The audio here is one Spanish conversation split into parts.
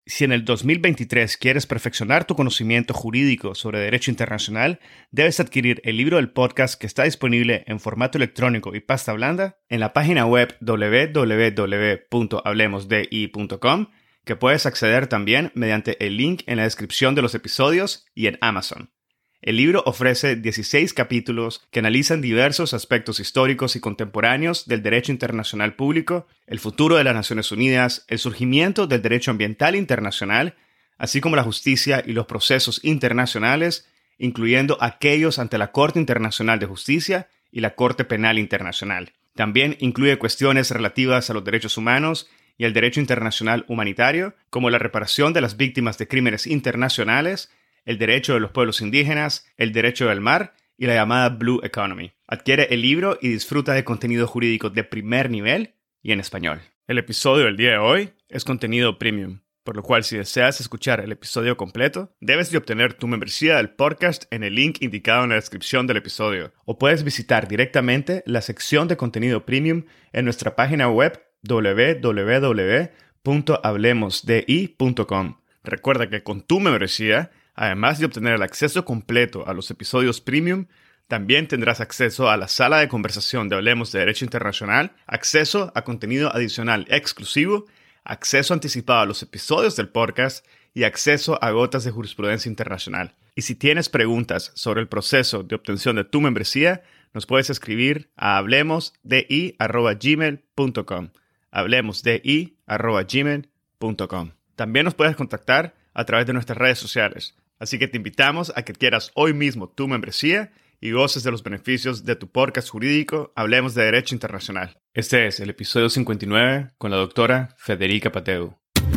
Si en el 2023 quieres perfeccionar tu conocimiento jurídico sobre derecho internacional, debes adquirir el libro del podcast que está disponible en formato electrónico y pasta blanda en la página web www.hablemosdi.com, que puedes acceder también mediante el link en la descripción de los episodios y en Amazon. El libro ofrece 16 capítulos que analizan diversos aspectos históricos y contemporáneos del derecho internacional público, el futuro de las Naciones Unidas, el surgimiento del derecho ambiental internacional, así como la justicia y los procesos internacionales, incluyendo aquellos ante la Corte Internacional de Justicia y la Corte Penal Internacional. También incluye cuestiones relativas a los derechos humanos y el derecho internacional humanitario, como la reparación de las víctimas de crímenes internacionales, el derecho de los pueblos indígenas, el derecho del mar y la llamada Blue Economy. Adquiere el libro y disfruta de contenido jurídico de primer nivel y en español. El episodio del día de hoy es contenido premium, por lo cual si deseas escuchar el episodio completo, debes de obtener tu membresía del podcast en el link indicado en la descripción del episodio, o puedes visitar directamente la sección de contenido premium en nuestra página web www.hablemosdi.com. Recuerda que con tu membresía, además de obtener el acceso completo a los episodios premium, también tendrás acceso a la sala de conversación de Hablemos de Derecho Internacional, acceso a contenido adicional exclusivo, acceso anticipado a los episodios del podcast y acceso a gotas de jurisprudencia internacional. Y si tienes preguntas sobre el proceso de obtención de tu membresía, nos puedes escribir a hablemosdi@gmail.com. hablemosdi@gmail.com. También nos puedes contactar a través de nuestras redes sociales. Así que te invitamos a que adquieras hoy mismo tu membresía y goces de los beneficios de tu podcast jurídico Hablemos de Derecho Internacional. Este es el episodio 59 con la doctora Federica Pateu.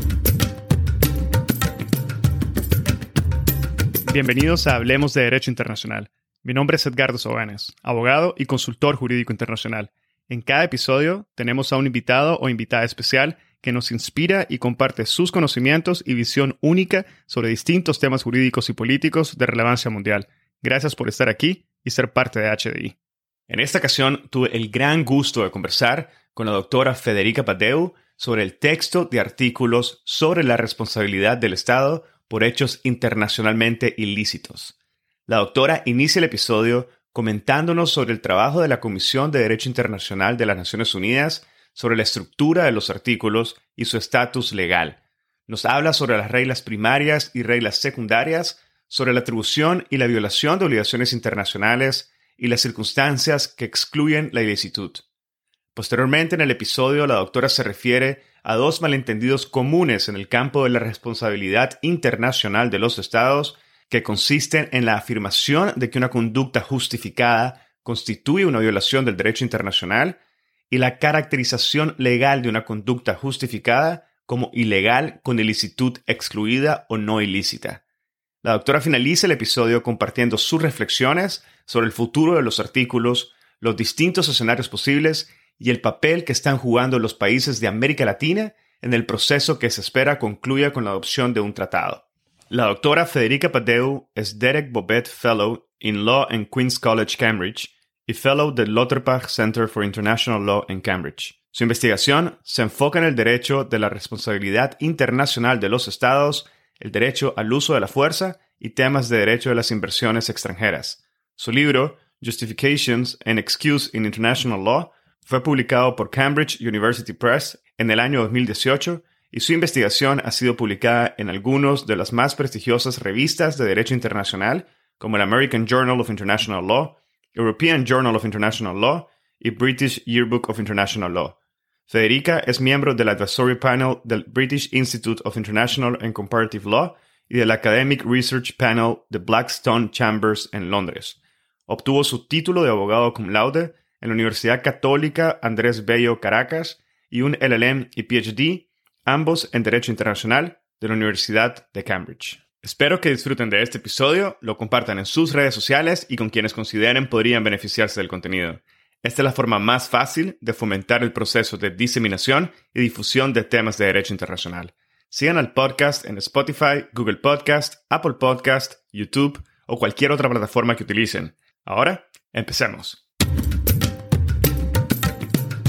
Bienvenidos a Hablemos de Derecho Internacional. Mi nombre es Edgardo Sobanes, abogado y consultor jurídico internacional. En cada episodio tenemos a un invitado o invitada especial que nos inspira y comparte sus conocimientos y visión única sobre distintos temas jurídicos y políticos de relevancia mundial. Gracias por estar aquí y ser parte de HDI. En esta ocasión tuve el gran gusto de conversar con la doctora Federica Pateu sobre el texto de artículos sobre la responsabilidad del Estado por hechos internacionalmente ilícitos. La doctora inicia el episodio comentándonos sobre el trabajo de la Comisión de Derecho Internacional de las Naciones Unidas sobre la estructura de los artículos y su estatus legal. Nos habla sobre las reglas primarias y reglas secundarias, sobre la atribución y la violación de obligaciones internacionales y las circunstancias que excluyen la ilicitud. Posteriormente en el episodio, la doctora se refiere a dos malentendidos comunes en el campo de la responsabilidad internacional de los estados, que consisten en la afirmación de que una conducta justificada constituye una violación del derecho internacional y la caracterización legal de una conducta justificada como ilegal con ilicitud excluida o no ilícita. La doctora finaliza el episodio compartiendo sus reflexiones sobre el futuro de los artículos, los distintos escenarios posibles y el papel que están jugando los países de América Latina en el proceso que se espera concluya con la adopción de un tratado. La doctora Federica Pateu es Derek Bobet Fellow in Law en Queen's College, Cambridge, y Fellow del Lauterbach Center for International Law en Cambridge. Su investigación se enfoca en el derecho de la responsabilidad internacional de los estados, el derecho al uso de la fuerza y temas de derecho de las inversiones extranjeras. Su libro, Justifications and Excuse in International Law, fue publicado por Cambridge University Press en el año 2018 y su investigación ha sido publicada en algunas de las más prestigiosas revistas de derecho internacional, como el American Journal of International Law, European Journal of International Law y British Yearbook of International Law. Federica es miembro del Advisory Panel del British Institute of International and Comparative Law y del Academic Research Panel de Blackstone Chambers en Londres. Obtuvo su título de abogado cum laude en la Universidad Católica Andrés Bello, Caracas, y un LLM y PhD, ambos en Derecho Internacional, de la Universidad de Cambridge. Espero que disfruten de este episodio, lo compartan en sus redes sociales y con quienes consideren podrían beneficiarse del contenido. Esta es la forma más fácil de fomentar el proceso de diseminación y difusión de temas de derecho internacional. Sigan al podcast en Spotify, Google Podcast, Apple Podcast, YouTube o cualquier otra plataforma que utilicen. Ahora, empecemos.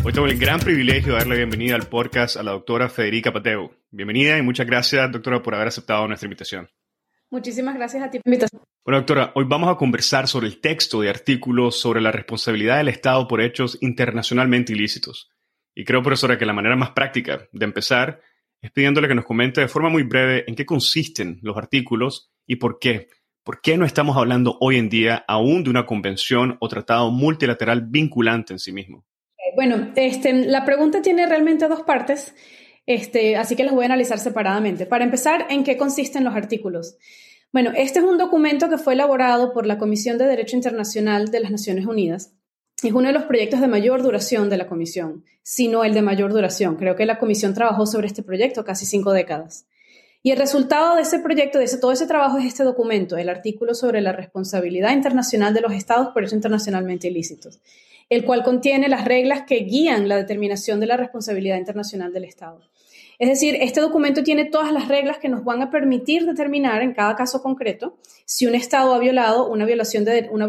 Hoy tengo el gran privilegio de darle bienvenida al podcast a la doctora Federica Pateu. Bienvenida y muchas gracias, doctora, por haber aceptado nuestra invitación. Muchísimas gracias a ti por la invitación. Bueno, doctora, hoy vamos a conversar sobre el texto de artículos sobre la responsabilidad del Estado por hechos internacionalmente ilícitos. Y creo, profesora, que la manera más práctica de empezar es pidiéndole que nos comente de forma muy breve en qué consisten los artículos y por qué. ¿Por qué no estamos hablando hoy en día aún de una convención o tratado multilateral vinculante en sí mismo? Bueno, la pregunta tiene realmente dos partes, así que las voy a analizar separadamente. Para empezar, ¿en qué consisten los artículos? Bueno, este es un documento que fue elaborado por la Comisión de Derecho Internacional de las Naciones Unidas. Es uno de los proyectos de mayor duración de la Comisión, si no el de mayor duración. Creo que la Comisión trabajó sobre este proyecto casi 5 décadas. Y el resultado de ese proyecto, todo ese trabajo es este documento, el artículo sobre la responsabilidad internacional de los estados por hechos internacionalmente ilícitos, el cual contiene las reglas que guían la determinación de la responsabilidad internacional del Estado. Es decir, este documento tiene todas las reglas que nos van a permitir determinar en cada caso concreto si un Estado ha violado una obligación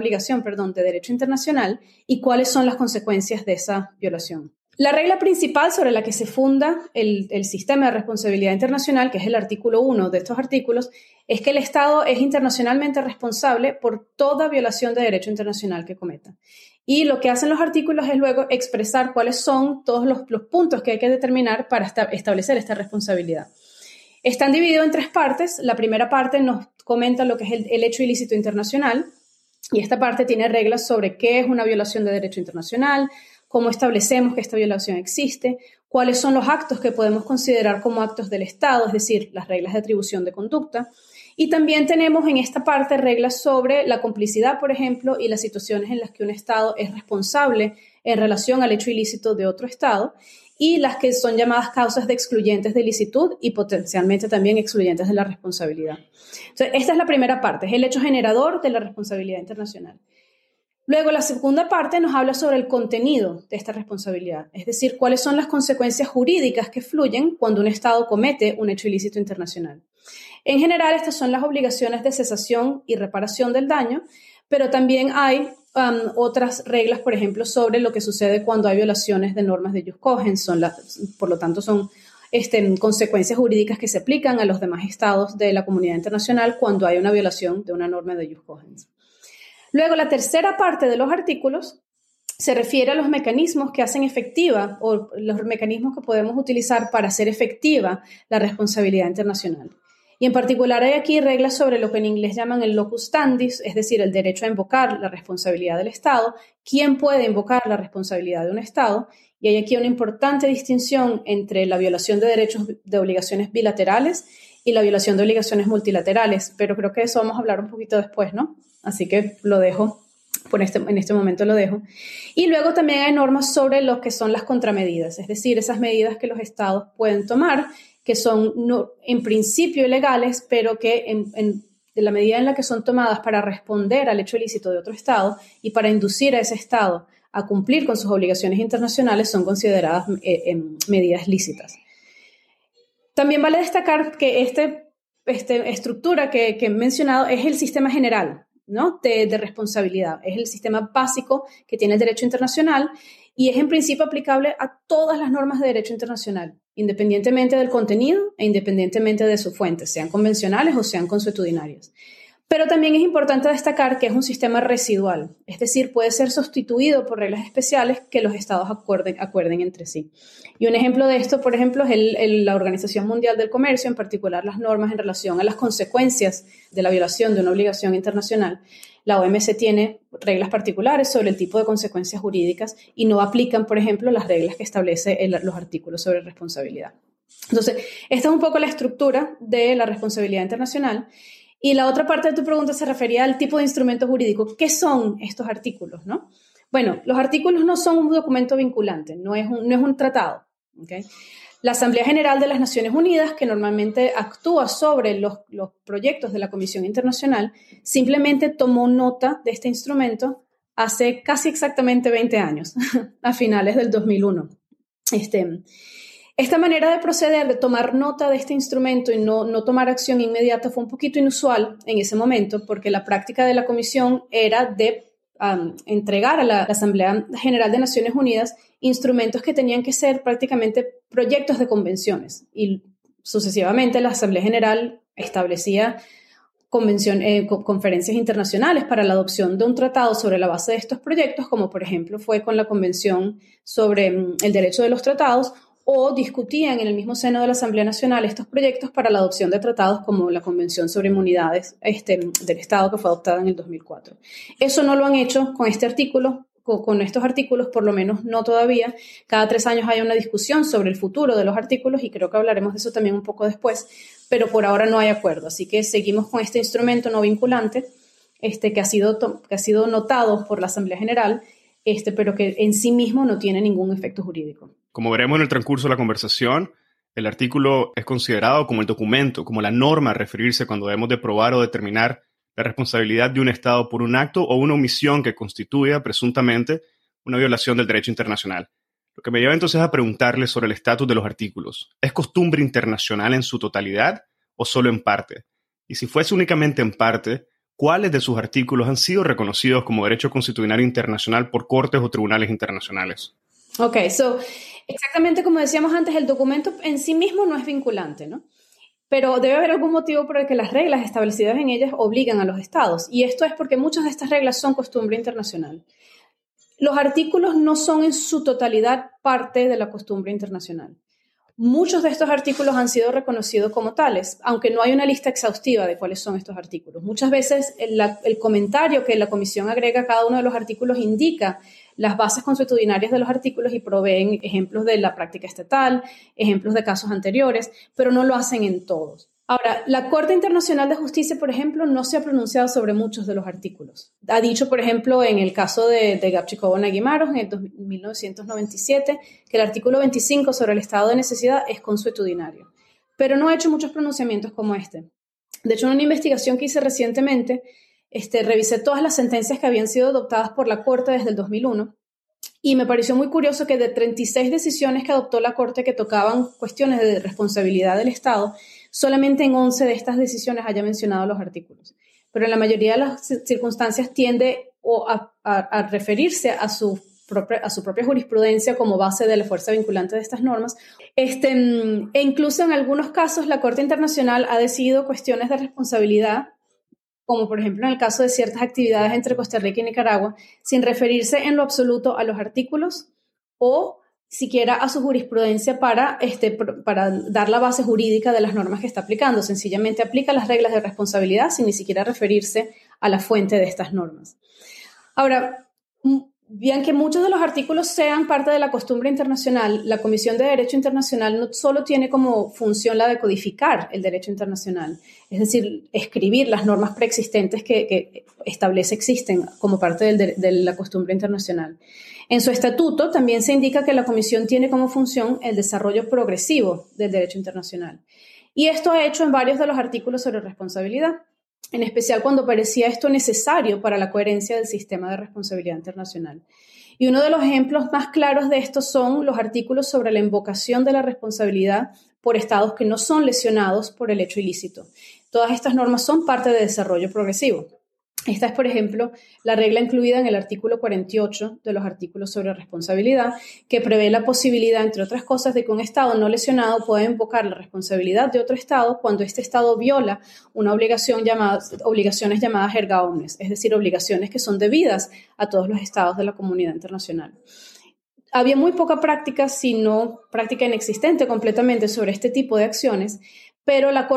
de derecho internacional y cuáles son las consecuencias de esa violación. La regla principal sobre la que se funda el sistema de responsabilidad internacional, que es el artículo 1 de estos artículos, es que el Estado es internacionalmente responsable por toda violación de derecho internacional que cometa. Y lo que hacen los artículos es luego expresar cuáles son todos los puntos que hay que determinar para establecer esta responsabilidad. Están divididos en 3 partes. La primera parte nos comenta lo que es el hecho ilícito internacional, y esta parte tiene reglas sobre qué es una violación de derecho internacional, cómo establecemos que esta violación existe, cuáles son los actos que podemos considerar como actos del Estado, es decir, las reglas de atribución de conducta. Y también tenemos en esta parte reglas sobre la complicidad, por ejemplo, y las situaciones en las que un Estado es responsable en relación al hecho ilícito de otro Estado, y las que son llamadas causas de excluyentes de ilicitud y potencialmente también excluyentes de la responsabilidad. Entonces, esta es la primera parte, es el hecho generador de la responsabilidad internacional. Luego, la segunda parte nos habla sobre el contenido de esta responsabilidad, es decir, cuáles son las consecuencias jurídicas que fluyen cuando un Estado comete un hecho ilícito internacional. En general, estas son las obligaciones de cesación y reparación del daño, pero también hay otras reglas, por ejemplo, sobre lo que sucede cuando hay violaciones de normas de jus cogens. Por lo tanto, son consecuencias jurídicas que se aplican a los demás estados de la comunidad internacional cuando hay una violación de una norma de jus cogens. Luego, la tercera parte de los artículos se refiere a los mecanismos que hacen efectiva o los mecanismos que podemos utilizar para hacer efectiva la responsabilidad internacional. Y en particular hay aquí reglas sobre lo que en inglés llaman el locus standi, es decir, el derecho a invocar la responsabilidad del Estado, quién puede invocar la responsabilidad de un Estado. Y hay aquí una importante distinción entre la violación de derechos de obligaciones bilaterales y la violación de obligaciones multilaterales, pero creo que eso vamos a hablar un poquito después, ¿no? Así que lo dejo, en este momento lo dejo. Y luego también hay normas sobre lo que son las contramedidas, es decir, esas medidas que los estados pueden tomar, que son en principio ilegales, pero que en la medida en la que son tomadas para responder al hecho ilícito de otro estado y para inducir a ese estado a cumplir con sus obligaciones internacionales, son consideradas medidas lícitas. También vale destacar que esta estructura que he mencionado es el sistema general, ¿no? de responsabilidad. Es el sistema básico que tiene el derecho internacional y es en principio aplicable a todas las normas de derecho internacional, independientemente del contenido e independientemente de su fuente, sean convencionales o sean consuetudinarias. Pero también es importante destacar que es un sistema residual, es decir, puede ser sustituido por reglas especiales que los estados acuerden entre sí. Y un ejemplo de esto, por ejemplo, es la Organización Mundial del Comercio, en particular las normas en relación a las consecuencias de la violación de una obligación internacional. La OMC tiene reglas particulares sobre el tipo de consecuencias jurídicas y no aplican, por ejemplo, las reglas que establece los artículos sobre responsabilidad. Entonces, esta es un poco la estructura de la responsabilidad internacional. Y la otra parte de tu pregunta se refería al tipo de instrumento jurídico. ¿Qué son estos artículos, no? Bueno, los artículos no son un documento vinculante, no es un tratado, ¿okay? La Asamblea General de las Naciones Unidas, que normalmente actúa sobre los proyectos de la Comisión Internacional, simplemente tomó nota de este instrumento hace casi exactamente 20 años, a finales del 2001. Esta manera de proceder, de tomar nota de este instrumento y no tomar acción inmediata fue un poquito inusual en ese momento porque la práctica de la Comisión era de entregar a la Asamblea General de Naciones Unidas instrumentos que tenían que ser prácticamente proyectos de convenciones. Y sucesivamente la Asamblea General establecía conferencias internacionales para la adopción de un tratado sobre la base de estos proyectos, como por ejemplo fue con la Convención sobre el Derecho de los Tratados, o discutían en el mismo seno de la Asamblea Nacional estos proyectos para la adopción de tratados como la Convención sobre Inmunidades del Estado, que fue adoptada en el 2004. Eso no lo han hecho con este artículo, con estos artículos, por lo menos no todavía. Cada 3 años hay una discusión sobre el futuro de los artículos y creo que hablaremos de eso también un poco después, pero por ahora no hay acuerdo. Así que seguimos con este instrumento no vinculante que ha sido notado por la Asamblea General, pero que en sí mismo no tiene ningún efecto jurídico. Como veremos en el transcurso de la conversación, el artículo es considerado como el documento, como la norma a referirse cuando debemos de probar o determinar la responsabilidad de un Estado por un acto o una omisión que constituya presuntamente una violación del derecho internacional. Lo que me lleva entonces a preguntarle sobre el estatus de los artículos. ¿Es costumbre internacional en su totalidad o solo en parte? Y si fuese únicamente en parte, ¿cuáles de sus artículos han sido reconocidos como derecho constitucional internacional por cortes o tribunales internacionales? Ok, exactamente como decíamos antes, el documento en sí mismo no es vinculante, ¿no? Pero debe haber algún motivo por el que las reglas establecidas en ellas obligan a los estados. Y esto es porque muchas de estas reglas son costumbre internacional. Los artículos no son en su totalidad parte de la costumbre internacional. Muchos de estos artículos han sido reconocidos como tales, aunque no hay una lista exhaustiva de cuáles son estos artículos. Muchas veces el comentario que la Comisión agrega a cada uno de los artículos indica las bases consuetudinarias de los artículos y proveen ejemplos de la práctica estatal, ejemplos de casos anteriores, pero no lo hacen en todos. Ahora, la Corte Internacional de Justicia, por ejemplo, no se ha pronunciado sobre muchos de los artículos. Ha dicho, por ejemplo, en el caso de Gapchikova-Naguimaro, en el 1997, que el artículo 25 sobre el estado de necesidad es consuetudinario, pero no ha hecho muchos pronunciamientos como este. De hecho, en una investigación que hice recientemente, revisé todas las sentencias que habían sido adoptadas por la Corte desde el 2001 y me pareció muy curioso que de 36 decisiones que adoptó la Corte que tocaban cuestiones de responsabilidad del Estado, solamente en 11 de estas decisiones haya mencionado los artículos. Pero en la mayoría de las circunstancias tiende a referirse a su propia jurisprudencia como base de la fuerza vinculante de estas normas. E incluso en algunos casos la Corte Internacional ha decidido cuestiones de responsabilidad, como por ejemplo en el caso de ciertas actividades entre Costa Rica y Nicaragua, sin referirse en lo absoluto a los artículos o siquiera a su jurisprudencia para dar la base jurídica de las normas que está aplicando. Sencillamente aplica las reglas de responsabilidad sin ni siquiera referirse a la fuente de estas normas. Ahora, bien que muchos de los artículos sean parte de la costumbre internacional, la Comisión de Derecho Internacional no solo tiene como función la de codificar el derecho internacional, es decir, escribir las normas preexistentes que existen como parte de la costumbre internacional. En su estatuto también se indica que la Comisión tiene como función el desarrollo progresivo del derecho internacional. Y esto ha hecho en varios de los artículos sobre responsabilidad, en especial cuando parecía esto necesario para la coherencia del sistema de responsabilidad internacional. Y uno de los ejemplos más claros de esto son los artículos sobre la invocación de la responsabilidad por estados que no son lesionados por el hecho ilícito. Todas estas normas son parte de desarrollo progresivo. Esta es, por ejemplo, la regla incluida en el artículo 48 de los artículos sobre responsabilidad, que prevé la posibilidad, entre otras cosas, de que un Estado no lesionado pueda invocar la responsabilidad de otro Estado cuando este Estado viola una obligaciones llamadas erga omnes, es decir, obligaciones que son debidas a todos los Estados de la comunidad internacional. Había muy poca práctica, si no práctica inexistente completamente sobre este tipo de acciones, pero la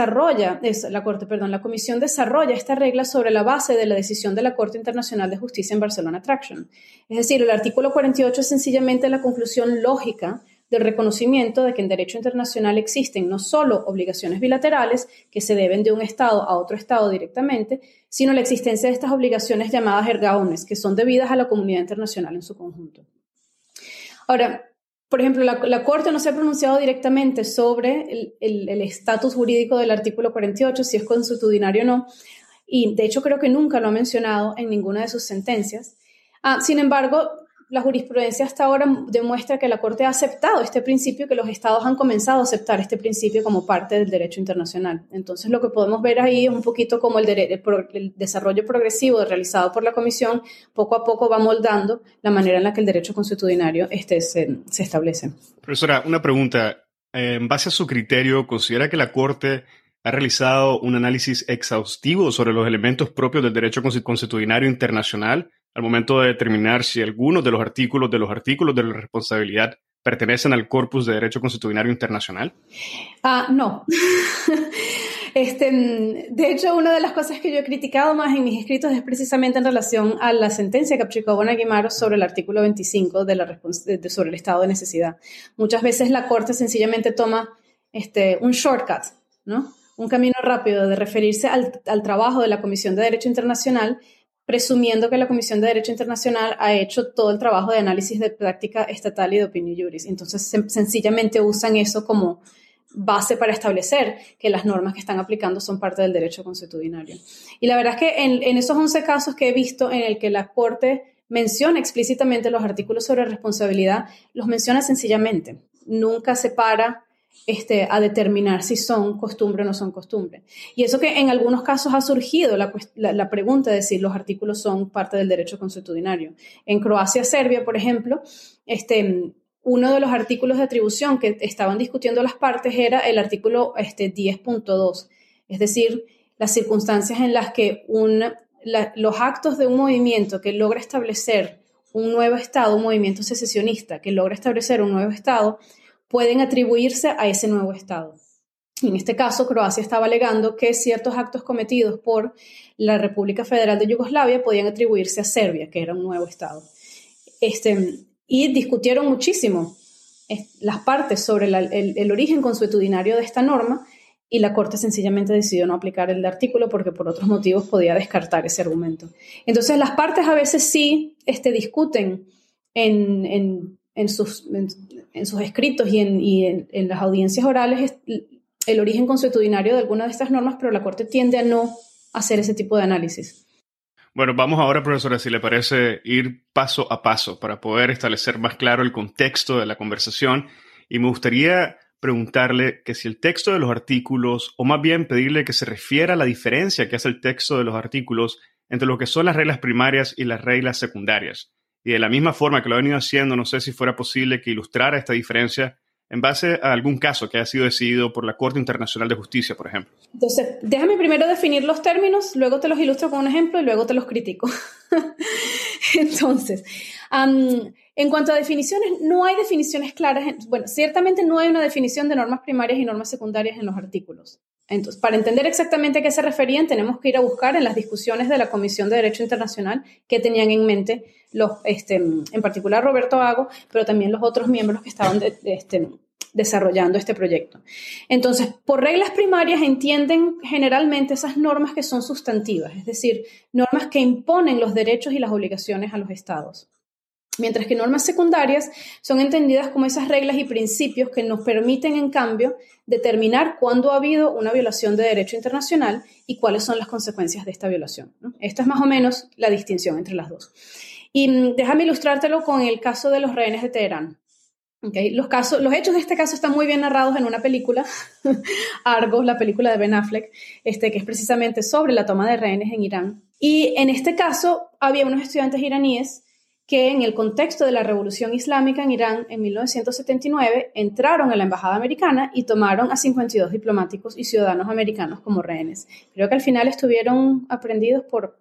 Comisión desarrolla esta regla sobre la base de la decisión de la Corte Internacional de Justicia en Barcelona Traction. Es decir, el artículo 48 es sencillamente la conclusión lógica del reconocimiento de que en derecho internacional existen no solo obligaciones bilaterales que se deben de un Estado a otro Estado directamente, sino la existencia de estas obligaciones llamadas erga omnes, que son debidas a la comunidad internacional en su conjunto. Ahora, por ejemplo, la Corte no se ha pronunciado directamente sobre el estatus jurídico del artículo 48, si es consuetudinario o no, y de hecho creo que nunca lo ha mencionado en ninguna de sus sentencias. Sin embargo, la jurisprudencia hasta ahora demuestra que la Corte ha aceptado este principio, que los estados han comenzado a aceptar este principio como parte del derecho internacional. Entonces, lo que podemos ver ahí es un poquito como el desarrollo progresivo realizado por la Comisión poco a poco va moldando la manera en la que el derecho consuetudinario se establece. Profesora, una pregunta. En base a su criterio, ¿considera que la Corte ha realizado un análisis exhaustivo sobre los elementos propios del derecho consuetudinario internacional al momento de determinar si algunos de los artículos de la responsabilidad pertenecen al corpus de derecho consuetudinario internacional? No. De hecho, una de las cosas que yo he criticado más en mis escritos es precisamente en relación a la sentencia que aplicó Bonagimaro sobre el artículo 25 sobre el estado de necesidad. Muchas veces la Corte sencillamente toma un shortcut, ¿no? Un camino rápido de referirse al trabajo de la Comisión de Derecho Internacional, presumiendo que la Comisión de Derecho Internacional ha hecho todo el trabajo de análisis de práctica estatal y de opinio juris. Entonces, sencillamente usan eso como base para establecer que las normas que están aplicando son parte del derecho consuetudinario. Y la verdad es que en esos 11 casos que he visto en el que la Corte menciona explícitamente los artículos sobre responsabilidad, los menciona sencillamente. Nunca se para a determinar si son costumbre o no son costumbre. Y eso que en algunos casos ha surgido la pregunta de si los artículos son parte del derecho consuetudinario. En Croacia-Serbia, por ejemplo, uno de los artículos de atribución que estaban discutiendo las partes era el artículo 10.2, es decir, las circunstancias en las que los actos de un movimiento que logra establecer un nuevo Estado, un movimiento secesionista que logra establecer un nuevo Estado, pueden atribuirse a ese nuevo Estado. En este caso, Croacia estaba alegando que ciertos actos cometidos por la República Federal de Yugoslavia podían atribuirse a Serbia, que era un nuevo Estado. Y discutieron muchísimo las partes sobre el origen consuetudinario de esta norma, y la Corte sencillamente decidió no aplicar el artículo porque por otros motivos podía descartar ese argumento. Entonces, las partes a veces sí discuten en sus escritos y en las audiencias orales el origen consuetudinario de alguna de estas normas, pero la Corte tiende a no hacer ese tipo de análisis. Bueno, vamos ahora, profesora, si le parece, ir paso a paso para poder establecer más claro el contexto de la conversación. Y me gustaría preguntarle que si el texto de los artículos, o más bien pedirle que se refiera a la diferencia que hace el texto de los artículos entre lo que son las reglas primarias y las reglas secundarias. Y de la misma forma que lo ha venido haciendo, no sé si fuera posible que ilustrara esta diferencia en base a algún caso que haya sido decidido por la Corte Internacional de Justicia, por ejemplo. Entonces, déjame primero definir los términos, luego te los ilustro con un ejemplo y luego te los critico. Entonces, en cuanto a definiciones, no hay definiciones claras. Bueno, ciertamente no hay una definición de normas primarias y normas secundarias en los artículos. Entonces, para entender exactamente a qué se referían, tenemos que ir a buscar en las discusiones de la Comisión de Derecho Internacional que tenían en mente en particular Roberto Hago, pero también los otros miembros que estaban desarrollando este proyecto. Entonces, por reglas primarias entienden generalmente esas normas que son sustantivas, es decir, normas que imponen los derechos y las obligaciones a los estados. Mientras que normas secundarias son entendidas como esas reglas y principios que nos permiten, en cambio, determinar cuándo ha habido una violación de derecho internacional y cuáles son las consecuencias de esta violación, ¿no? Esta es más o menos la distinción entre las dos. Y déjame ilustrártelo con el caso de los rehenes de Teherán. Okay. Los hechos de este caso están muy bien narrados en una película, Argo, la película de Ben Affleck, que es precisamente sobre la toma de rehenes en Irán. Y en este caso había unos estudiantes iraníes que en el contexto de la Revolución Islámica en Irán en 1979 entraron a la embajada americana y tomaron a 52 diplomáticos y ciudadanos americanos como rehenes. Creo que al final estuvieron aprehendidos por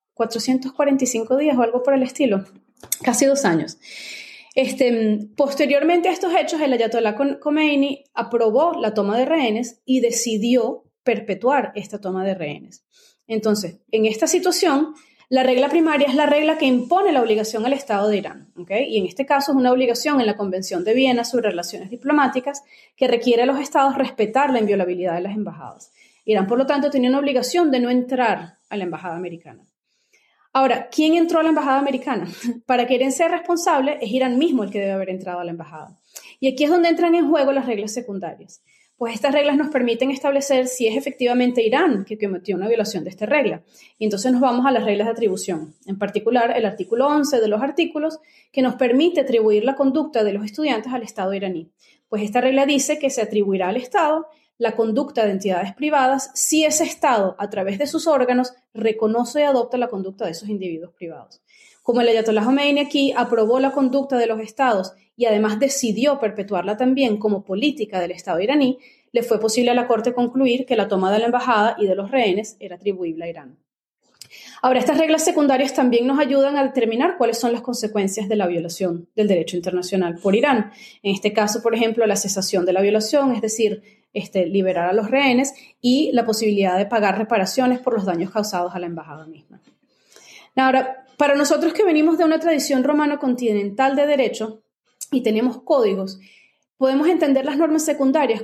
445 días o algo por el estilo, casi 2 años. Posteriormente a estos hechos, el Ayatollah Khomeini aprobó la toma de rehenes y decidió perpetuar esta toma de rehenes. Entonces, en esta situación, la regla primaria es la regla que impone la obligación al Estado de Irán, ¿okay? Y en este caso es una obligación en la Convención de Viena sobre relaciones diplomáticas que requiere a los estados respetar la inviolabilidad de las embajadas. Irán, por lo tanto, tenía una obligación de no entrar a la embajada americana. Ahora, ¿quién entró a la embajada americana? Para querer ser responsable, es Irán mismo el que debe haber entrado a la embajada. Y aquí es donde entran en juego las reglas secundarias. pues estas reglas nos permiten establecer si es efectivamente Irán que cometió una violación de esta regla. Y entonces nos vamos a las reglas de atribución, en particular el artículo 11 de los artículos que nos permite atribuir la conducta de los estudiantes al Estado iraní. Pues esta regla dice que se atribuirá al Estado la conducta de entidades privadas si ese Estado, a través de sus órganos, reconoce y adopta la conducta de esos individuos privados. Como el Ayatollah Khomeini aquí aprobó la conducta de los estados y además decidió perpetuarla también como política del Estado iraní, le fue posible a la Corte concluir que la toma de la embajada y de los rehenes era atribuible a Irán. Ahora, estas reglas secundarias también nos ayudan a determinar cuáles son las consecuencias de la violación del derecho internacional por Irán. En este caso, por ejemplo, la cesación de la violación, es decir, liberar a los rehenes y la posibilidad de pagar reparaciones por los daños causados a la embajada misma. Ahora, para nosotros que venimos de una tradición romano-continental de derecho y tenemos códigos, podemos entender las normas secundarias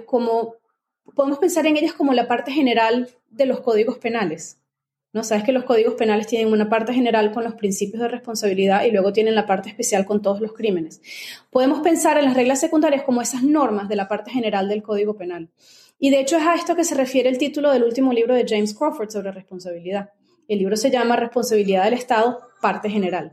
podemos pensar en ellas como la parte general de los códigos penales, ¿no? Sabes que los códigos penales tienen una parte general con los principios de responsabilidad y luego tienen la parte especial con todos los crímenes. Podemos pensar en las reglas secundarias como esas normas de la parte general del Código Penal. Y de hecho es a esto que se refiere el título del último libro de James Crawford sobre responsabilidad. El libro se llama Responsabilidad del Estado, parte general.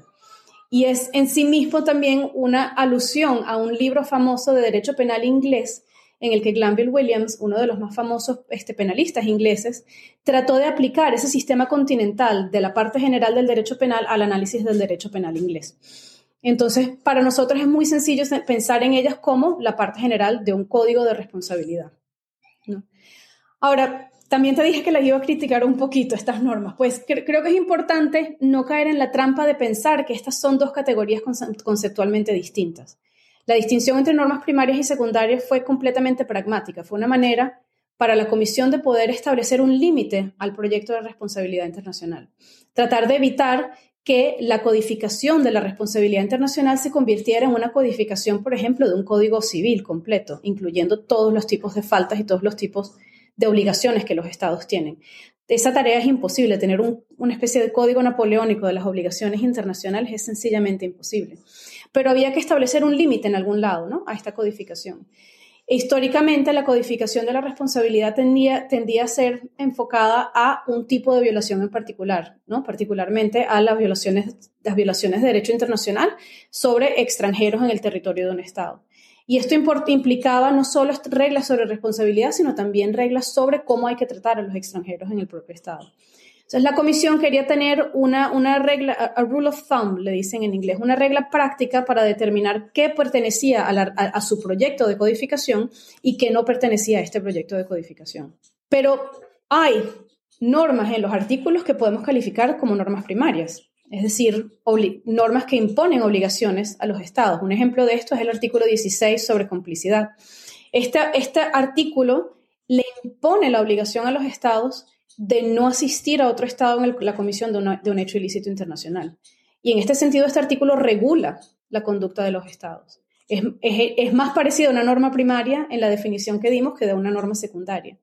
Y es en sí mismo también una alusión a un libro famoso de derecho penal inglés en el que Glanville Williams, uno de los más famosos penalistas ingleses, trató de aplicar ese sistema continental de la parte general del derecho penal al análisis del derecho penal inglés. Entonces, para nosotros es muy sencillo pensar en ellas como la parte general de un código de responsabilidad, ¿no? Ahora, también te dije que las iba a criticar un poquito, estas normas. Pues creo que es importante no caer en la trampa de pensar que estas son dos categorías conceptualmente distintas. La distinción entre normas primarias y secundarias fue completamente pragmática. Fue una manera para la Comisión de poder establecer un límite al proyecto de responsabilidad internacional. Tratar de evitar que la codificación de la responsabilidad internacional se convirtiera en una codificación, por ejemplo, de un código civil completo, incluyendo todos los tipos de faltas y todos los tipos de obligaciones que los estados tienen. Esa tarea es imposible. Tener una especie de código napoleónico de las obligaciones internacionales es sencillamente imposible. Pero había que establecer un límite en algún lado, ¿no?, a esta codificación. Históricamente, la codificación de la responsabilidad tendía a ser enfocada a un tipo de violación en particular, ¿no?, particularmente a las violaciones de derecho internacional sobre extranjeros en el territorio de un estado. Y esto implicaba no solo reglas sobre responsabilidad, sino también reglas sobre cómo hay que tratar a los extranjeros en el propio Estado. Entonces, la Comisión quería tener una regla, a rule of thumb, le dicen en inglés, una regla práctica para determinar qué pertenecía a su proyecto de codificación y qué no pertenecía a este proyecto de codificación. Pero hay normas en los artículos que podemos calificar como normas primarias. Es decir, normas que imponen obligaciones a los estados. Un ejemplo de esto es el artículo 16 sobre complicidad. Este artículo le impone la obligación a los estados de no asistir a otro estado en la comisión de un hecho ilícito internacional. Y en este sentido, este artículo regula la conducta de los estados. Es más parecido a una norma primaria en la definición que dimos que de una norma secundaria.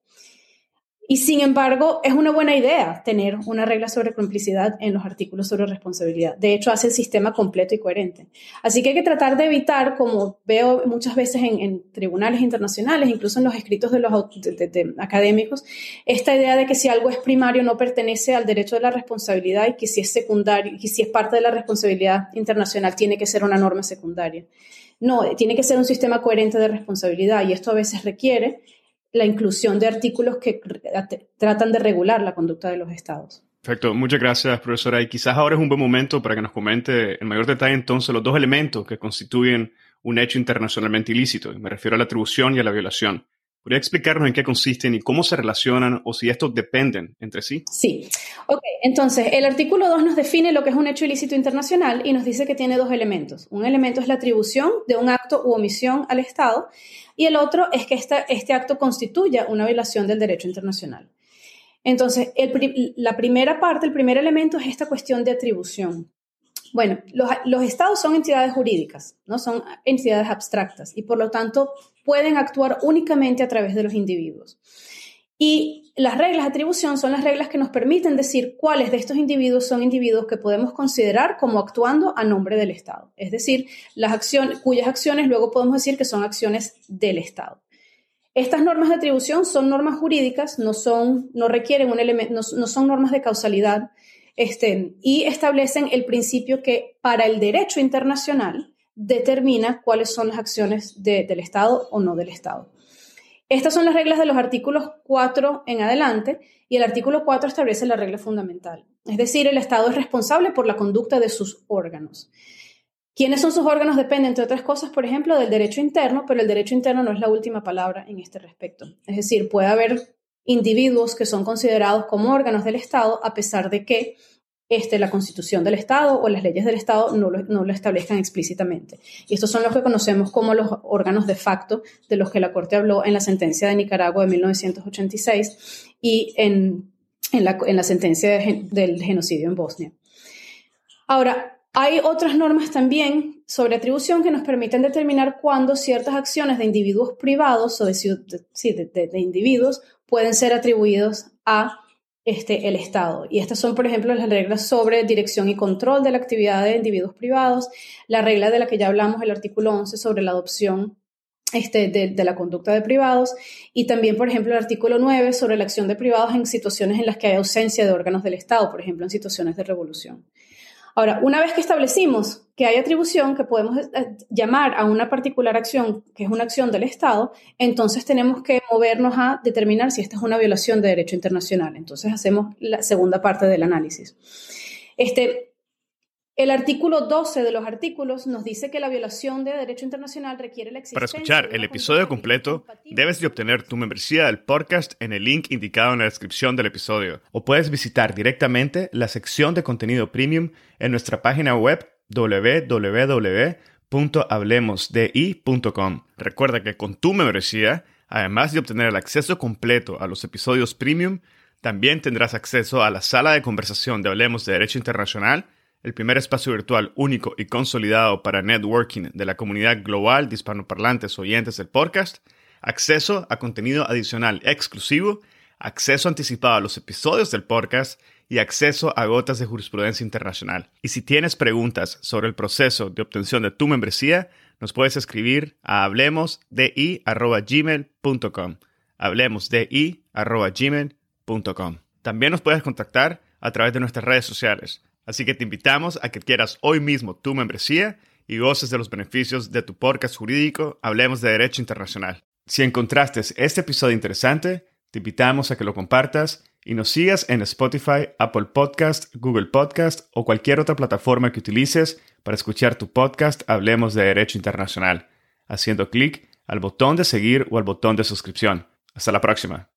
Y sin embargo, es una buena idea tener una regla sobre complicidad en los artículos sobre responsabilidad. De hecho, hace el sistema completo y coherente. Así que hay que tratar de evitar, como veo muchas veces en tribunales internacionales, incluso en los escritos de los académicos, esta idea de que si algo es primario no pertenece al derecho de la responsabilidad y que si es secundario, y si es parte de la responsabilidad internacional tiene que ser una norma secundaria. No, tiene que ser un sistema coherente de responsabilidad y esto a veces requiere la inclusión de artículos que tratan de regular la conducta de los estados. Perfecto, muchas gracias, profesora. Y quizás ahora es un buen momento para que nos comente en mayor detalle entonces los dos elementos que constituyen un hecho internacionalmente ilícito. Y me refiero a la atribución y a la violación. ¿Podría explicarnos en qué consisten y cómo se relacionan o si estos dependen entre sí? Sí. Ok, entonces el artículo 2 nos define lo que es un hecho ilícito internacional y nos dice que tiene dos elementos. Un elemento es la atribución de un acto u omisión al Estado y el otro es que este acto constituya una violación del derecho internacional. Entonces, la primera parte, el primer elemento es esta cuestión de atribución. Bueno, los estados son entidades jurídicas, ¿no? Son entidades abstractas y por lo tanto pueden actuar únicamente a través de los individuos. Y las reglas de atribución son las reglas que nos permiten decir cuáles de estos individuos son individuos que podemos considerar como actuando a nombre del Estado. Es decir, cuyas acciones luego podemos decir que son acciones del Estado. Estas normas de atribución son normas jurídicas, no requieren un elemento, no son normas de causalidad, y establecen el principio que para el derecho internacional determina cuáles son las acciones del Estado o no del Estado. Estas son las reglas de los artículos 4 en adelante, y el artículo 4 establece la regla fundamental. Es decir, el Estado es responsable por la conducta de sus órganos. ¿Quiénes son sus órganos? Depende, entre otras cosas, por ejemplo, del derecho interno, pero el derecho interno no es la última palabra en este respecto. Es decir, puede haber individuos que son considerados como órganos del Estado a pesar de que la Constitución del Estado o las leyes del Estado no lo establezcan explícitamente. Y estos son los que conocemos como los órganos de facto, de los que la Corte habló en la sentencia de Nicaragua de 1986 y en la sentencia del genocidio en Bosnia. Ahora, hay otras normas también sobre atribución que nos permiten determinar cuándo ciertas acciones de individuos privados o de individuos pueden ser atribuidos a el Estado. Y estas son, por ejemplo, las reglas sobre dirección y control de la actividad de individuos privados, la regla de la que ya hablamos, el artículo 11 sobre la adopción de la conducta de privados, y también, por ejemplo, el artículo 9 sobre la acción de privados en situaciones en las que hay ausencia de órganos del Estado, por ejemplo, en situaciones de revolución. Ahora, una vez que establecimos que hay atribución, que podemos llamar a una particular acción, que es una acción del Estado, entonces tenemos que movernos a determinar si esta es una violación de derecho internacional. Entonces hacemos la segunda parte del análisis. El artículo 12 de los artículos nos dice que la violación de derecho internacional requiere la existencia... Para escuchar el episodio completo, debes de obtener tu membresía del podcast en el link indicado en la descripción del episodio. O puedes visitar directamente la sección de contenido premium en nuestra página web www.hablemosdi.com. Recuerda que con tu membresía, además de obtener el acceso completo a los episodios premium, también tendrás acceso a la sala de conversación de Hablemos de Derecho Internacional, el primer espacio virtual único y consolidado para networking de la comunidad global de hispanoparlantes oyentes del podcast, acceso a contenido adicional exclusivo, acceso anticipado a los episodios del podcast y acceso a gotas de jurisprudencia internacional. Y si tienes preguntas sobre el proceso de obtención de tu membresía, nos puedes escribir a hablemosdi@gmail.com. hablemosdi@gmail.com. También nos puedes contactar a través de nuestras redes sociales. Así que te invitamos a que adquieras hoy mismo tu membresía y goces de los beneficios de tu podcast jurídico Hablemos de Derecho Internacional. Si encontraste este episodio interesante, te invitamos a que lo compartas y nos sigas en Spotify, Apple Podcast, Google Podcast o cualquier otra plataforma que utilices para escuchar tu podcast Hablemos de Derecho Internacional, haciendo clic al botón de seguir o al botón de suscripción. Hasta la próxima.